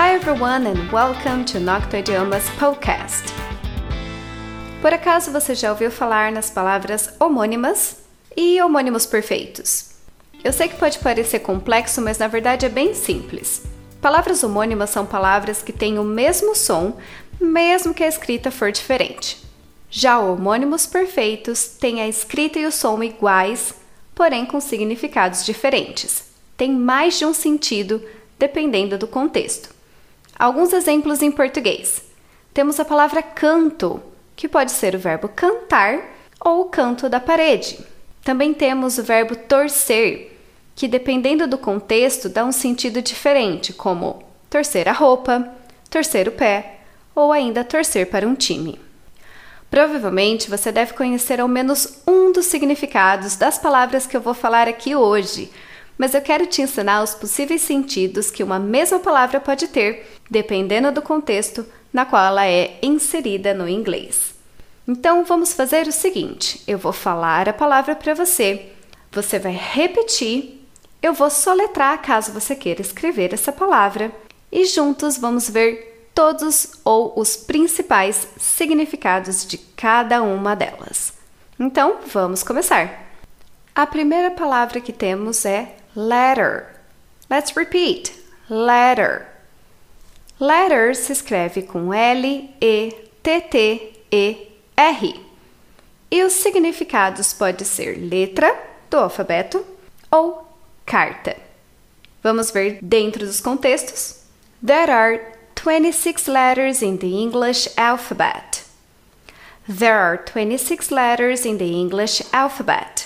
Hi everyone and welcome to Nocto Idiomas Podcast. Por acaso você já ouviu falar nas palavras homônimas e homônimos perfeitos? Eu sei que pode parecer complexo, mas na verdade é bem simples. Palavras homônimas são palavras que têm o mesmo som, mesmo que a escrita for diferente. Já homônimos perfeitos têm a escrita e o som iguais, porém com significados diferentes. Tem mais de um sentido, dependendo do contexto. Alguns exemplos em português. Temos a palavra canto, que pode ser o verbo cantar ou o canto da parede. Também temos o verbo torcer, que dependendo do contexto dá um sentido diferente, como torcer a roupa, torcer o pé ou ainda torcer para um time. Provavelmente você deve conhecer ao menos um dos significados das palavras que eu vou falar aqui hoje, mas eu quero te ensinar os possíveis sentidos que uma mesma palavra pode ter, dependendo do contexto na qual ela é inserida no inglês. Então, vamos fazer o seguinte, eu vou falar a palavra para você, você vai repetir, eu vou soletrar caso você queira escrever essa palavra e juntos vamos ver todos ou os principais significados de cada uma delas. Então, vamos começar. A primeira palavra que temos é letter. Let's repeat. Letter. Letter se escreve com L-E-T-T-E-R. E os significados podem ser letra do alfabeto ou carta. Vamos ver dentro dos contextos. There are 26 letters in the English alphabet. There are 26 letters in the English alphabet.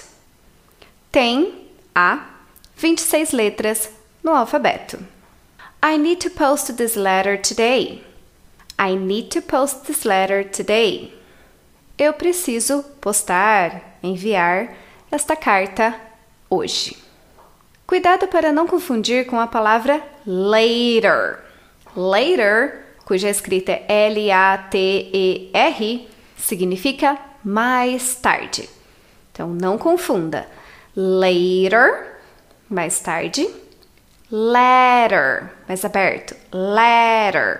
Tem, há, 26 letras no alfabeto. I need to post this letter today. I need to post this letter today. Eu preciso postar, enviar esta carta hoje. Cuidado para não confundir com a palavra later. Later, cuja escrita é L-A-T-E-R, significa mais tarde. Então, não confunda. Later, mais tarde. Letter, mais aberto. Letter,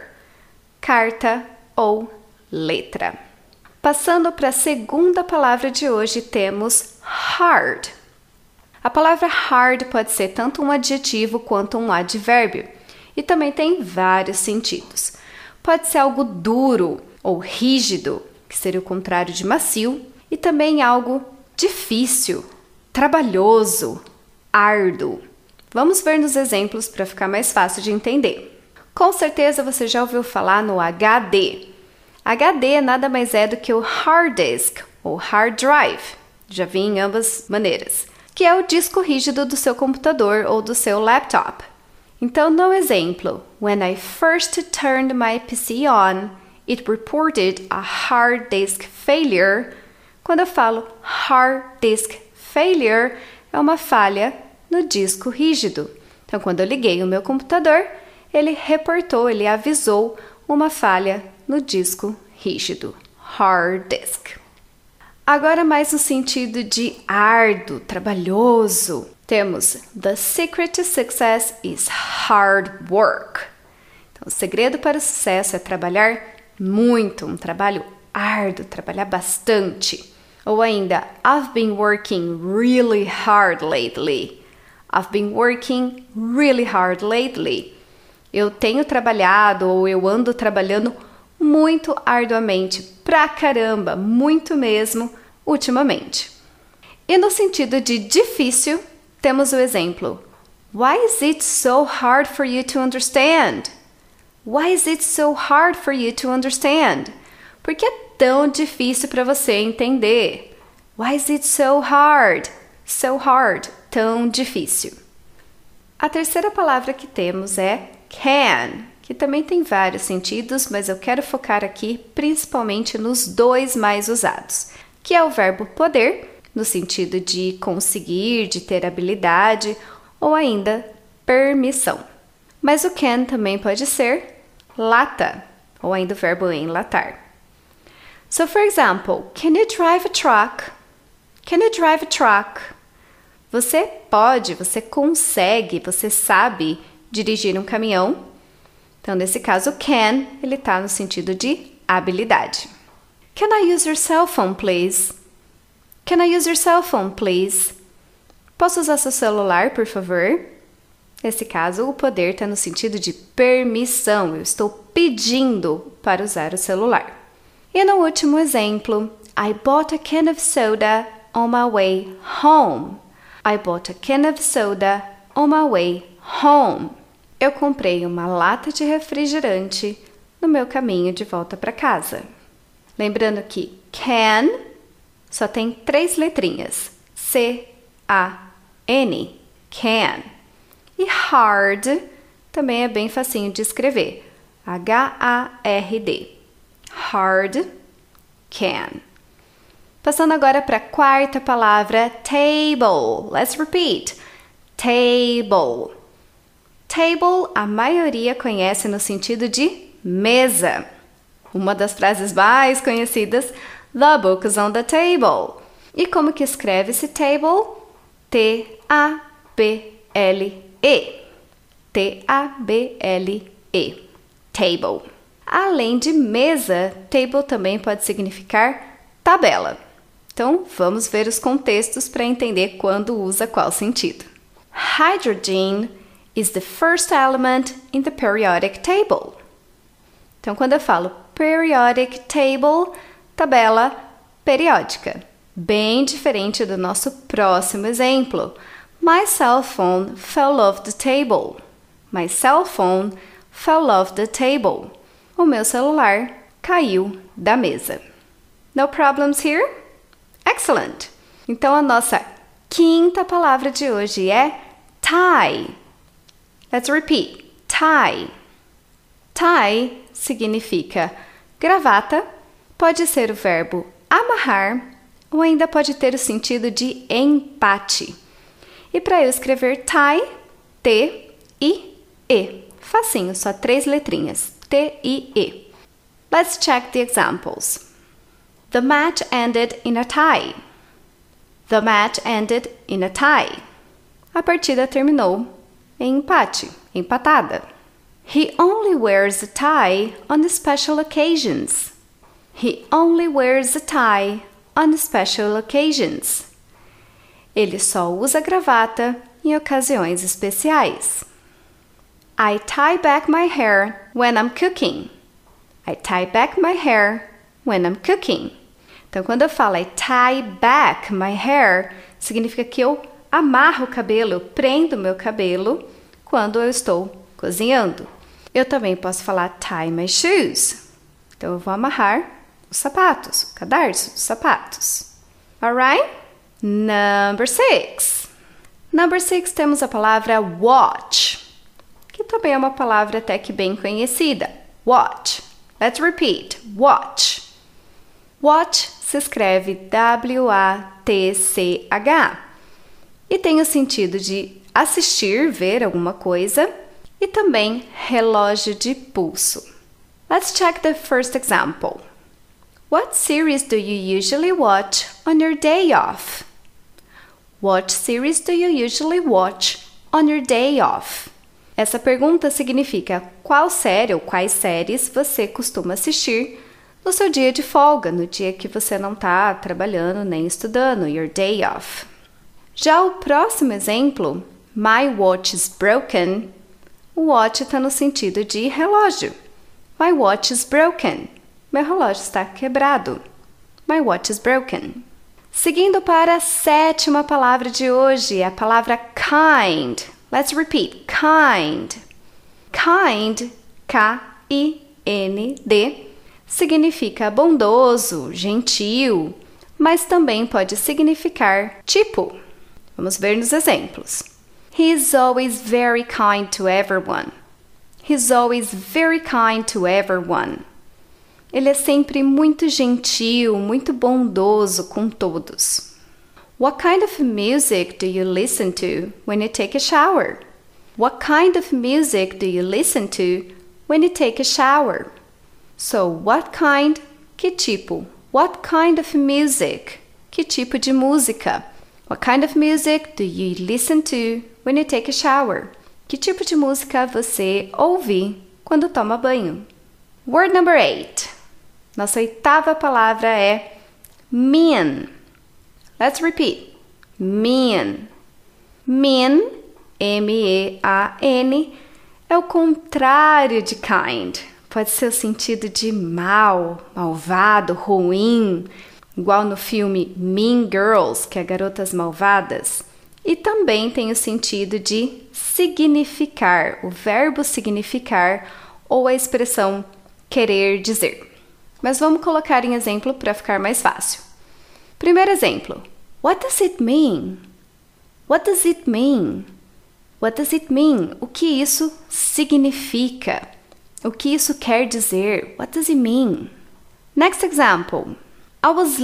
carta ou letra. Passando para a segunda palavra de hoje, temos hard. A palavra hard pode ser tanto um adjetivo quanto um advérbio. E também tem vários sentidos. Pode ser algo duro ou rígido, que seria o contrário de macio, e também algo difícil, trabalhoso, árduo. Vamos ver nos exemplos para ficar mais fácil de entender. Com certeza você já ouviu falar no HD. HD nada mais é do que o hard disk ou hard drive. Já vi em ambas maneiras, que é o disco rígido do seu computador ou do seu laptop. Então, no exemplo, when I first turned my PC on, it reported a hard disk failure. Quando eu falo hard disk failure, é uma falha no disco rígido. Então, quando eu liguei o meu computador, ele reportou, ele avisou uma falha no disco rígido, hard disk. Agora mais no sentido de árduo, trabalhoso. Temos the secret to success is hard work. Então, o segredo para o sucesso é trabalhar muito, um trabalho árduo, trabalhar bastante. Ou ainda, I've been working really hard lately. I've been working really hard lately. Eu tenho trabalhado ou eu ando trabalhando muito arduamente, pra caramba, muito mesmo, ultimamente. E no sentido de difícil, temos o exemplo. Why is it so hard for you to understand? Why is it so hard for you to understand? Por que é tão difícil para você entender? Why is it so hard? So hard, tão difícil. A terceira palavra que temos é can, que também tem vários sentidos, mas eu quero focar aqui principalmente nos dois mais usados, que é o verbo poder, no sentido de conseguir, de ter habilidade, ou ainda permissão. Mas o can também pode ser lata, ou ainda o verbo enlatar. So, for example, can you drive a truck? Can you drive a truck? Você pode, você consegue, você sabe dirigir um caminhão? Então, nesse caso, can, ele está no sentido de habilidade. Can I use your cell phone, please? Can I use your cell phone, please? Posso usar seu celular, por favor? Nesse caso, o poder está no sentido de permissão. Eu estou pedindo para usar o celular. E no último exemplo, I bought a can of soda on my way home. I bought a can of soda on my way home. Eu comprei uma lata de refrigerante no meu caminho de volta para casa. Lembrando que can só tem 3 letrinhas. C-A-N. Can. E hard também é bem facinho de escrever. H-A-R-D. Hard can. Passando agora para a quarta palavra, table. Let's repeat. Table. Table, a maioria conhece no sentido de mesa. Uma das frases mais conhecidas, the book is on the table. E como que escreve-se table? T-A-B-L-E. T-A-B-L-E. Table. Além de mesa, table também pode significar tabela. Então, vamos ver os contextos para entender quando usa qual sentido. Hydrogen is the first element in the periodic table. Então, quando eu falo periodic table, tabela periódica. Bem diferente do nosso próximo exemplo. My cell phone fell off the table. My cell phone fell off the table. O meu celular caiu da mesa. No problems here? Excellent! Então, a nossa quinta palavra de hoje é tie. Let's repeat. Tie. Tie significa gravata, pode ser o verbo amarrar ou ainda pode ter o sentido de empate. E para eu escrever tie, T-I-E. Facinho, só 3 letrinhas. T-I-E. Let's check the examples. The match ended in a tie. The match ended in a tie. A partida terminou em empate, empatada. He only wears a tie on special occasions. He only wears a tie on special occasions. Ele só usa gravata em ocasiões especiais. I tie back my hair when I'm cooking. I tie back my hair when I'm cooking. Então, quando eu falo I tie back my hair, significa que eu amarro o cabelo, eu prendo meu cabelo quando eu estou cozinhando. Eu também posso falar tie my shoes. Então, eu vou amarrar os sapatos, o cadarço dos sapatos. Alright? Number 6. Number 6 temos a palavra watch, que também é uma palavra até que bem conhecida. Watch. Let's repeat. Watch. Watch se escreve W-A-T-C-H e tem o sentido de assistir, ver alguma coisa e também relógio de pulso. Let's check the first example. What series do you usually watch on your day off? What series do you usually watch on your day off? Essa pergunta significa qual série ou quais séries você costuma assistir no seu dia de folga, no dia que você não está trabalhando nem estudando, your day off. Já o próximo exemplo, my watch is broken, o watch está no sentido de relógio. My watch is broken. Meu relógio está quebrado. My watch is broken. Seguindo para a sétima palavra de hoje, a palavra kind. Let's repeat. Kind. Kind, K-I-N-D, significa bondoso, gentil, mas também pode significar tipo. Vamos ver nos exemplos. He is always very kind to everyone. He's always very kind to everyone. Ele é sempre muito gentil, muito bondoso com todos. What kind of music do you listen to when you take a shower? What kind of music do you listen to when you take a shower? So, what kind? Que tipo? What kind of music? Que tipo de música? What kind of music do you listen to when you take a shower? Que tipo de música você ouve quando toma banho. Word number 8. Nossa oitava palavra é mean. Let's repeat. Mean. Mean, M-E-A-N, é o contrário de kind. Pode ser o sentido de mal, malvado, ruim, igual no filme Mean Girls, que é Garotas Malvadas. E também tem o sentido de significar, o verbo significar ou a expressão querer dizer. Mas vamos colocar em exemplo para ficar mais fácil. Primeiro exemplo. What does it mean? What does it mean? What does it mean? O que isso significa? O que isso quer dizer? What does it mean? Next example. I was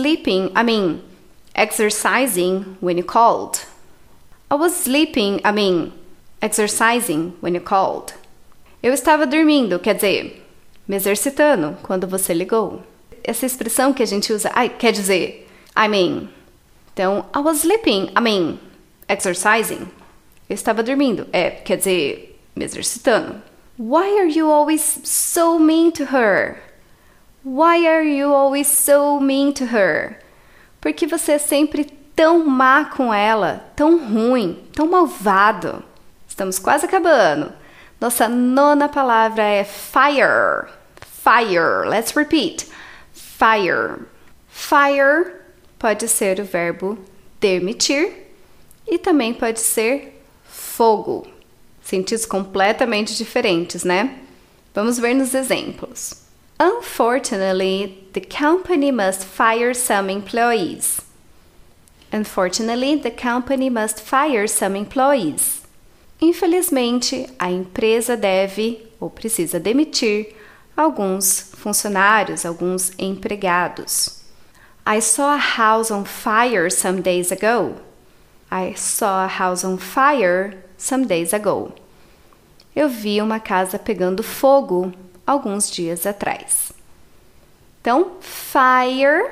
exercising when you called. I was exercising when you called. Eu estava dormindo, quer dizer, me exercitando quando você ligou. Essa expressão que a gente usa, quer dizer, Então, I was exercising. Eu estava dormindo, quer dizer, me exercitando. Why are you always so mean to her? Why are you always so mean to her? Porque você é sempre tão má com ela, tão ruim, tão malvado. Estamos quase acabando. Nossa nona palavra é fire. Fire. Let's repeat. Fire. Fire pode ser o verbo demitir e também pode ser fogo. Sentidos completamente diferentes, né? Vamos ver nos exemplos. Unfortunately, the company must fire some employees. Unfortunately, the company must fire some employees. Infelizmente, a empresa deve ou precisa demitir alguns funcionários, alguns empregados. I saw a house on fire some days ago. I saw a house on fire some days ago. Eu vi uma casa pegando fogo alguns dias atrás. Então, fire,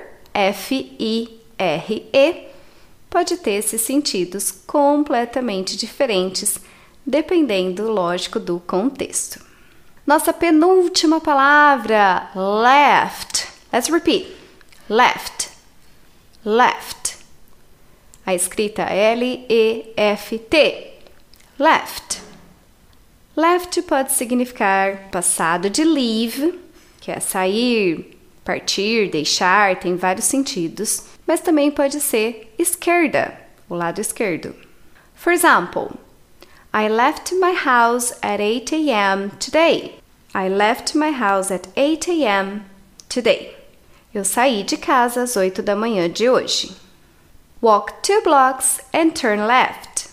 F-I-R-E, pode ter esses sentidos completamente diferentes, dependendo, lógico, do contexto. Nossa penúltima palavra, left. Let's repeat. Left. Left. A escrita L-E-F-T. Left. Left pode significar passado de leave, que é sair, partir, deixar, tem vários sentidos, mas também pode ser esquerda, o lado esquerdo. For example, I left my house at 8 a.m. today. I left my house at 8 a.m. today. Eu saí de casa às 8 da manhã de hoje. Walk 2 blocks and turn left.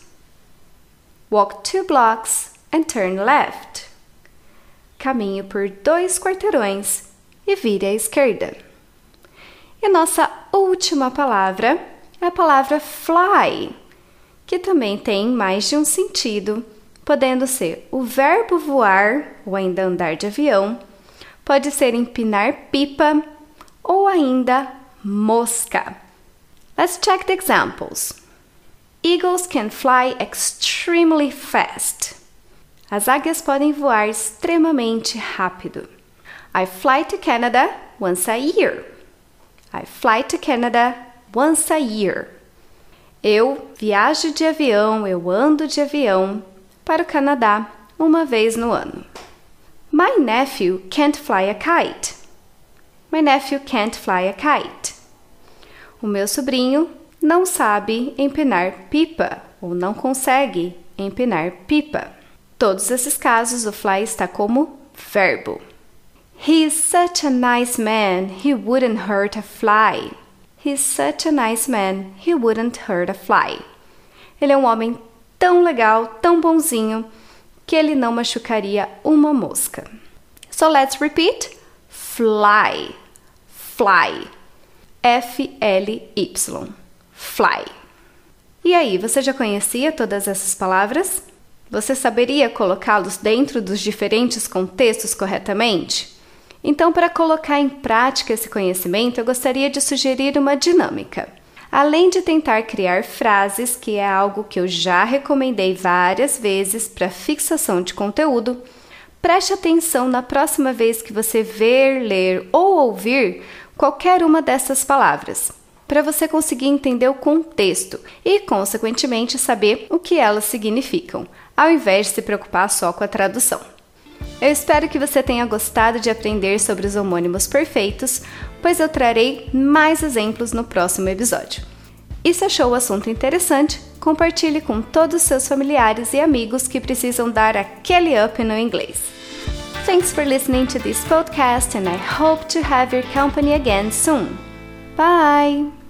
Walk 2 blocks and turn left. Caminho por 2 quarteirões e vire à esquerda. E nossa última palavra é a palavra fly, que também tem mais de um sentido, podendo ser o verbo voar ou ainda andar de avião, pode ser empinar pipa ou ainda mosca. Let's check the examples. Eagles can fly extremely fast. As águias podem voar extremamente rápido. I fly to Canada once a year. I fly to Canada once a year. Eu viajo de avião, eu ando de avião para o Canadá uma vez no ano. My nephew can't fly a kite. My nephew can't fly a kite. O meu sobrinho não sabe empinar pipa ou não consegue empinar pipa. Todos esses casos, o fly está como verbo. He is such a nice man, he wouldn't hurt a fly. He is such a nice man, he wouldn't hurt a fly. Ele é um homem tão legal, tão bonzinho, que ele não machucaria uma mosca. So let's repeat. Fly. Fly. F-L-Y. Fly. E aí, você já conhecia todas essas palavras? Você saberia colocá-los dentro dos diferentes contextos corretamente? Então, para colocar em prática esse conhecimento, eu gostaria de sugerir uma dinâmica. Além de tentar criar frases, que é algo que eu já recomendei várias vezes para fixação de conteúdo, Preste atenção na próxima vez que você ver, ler ou ouvir qualquer uma dessas palavras, para você conseguir entender o contexto e, consequentemente, saber o que elas significam, ao invés de se preocupar só com a tradução. Eu espero que você tenha gostado de aprender sobre os homônimos perfeitos, pois eu trarei mais exemplos no próximo episódio. E se achou o assunto interessante, compartilhe com todos os seus familiares e amigos que precisam dar aquele up no inglês. Thanks for listening to this podcast and I hope to have your company again soon. Bye!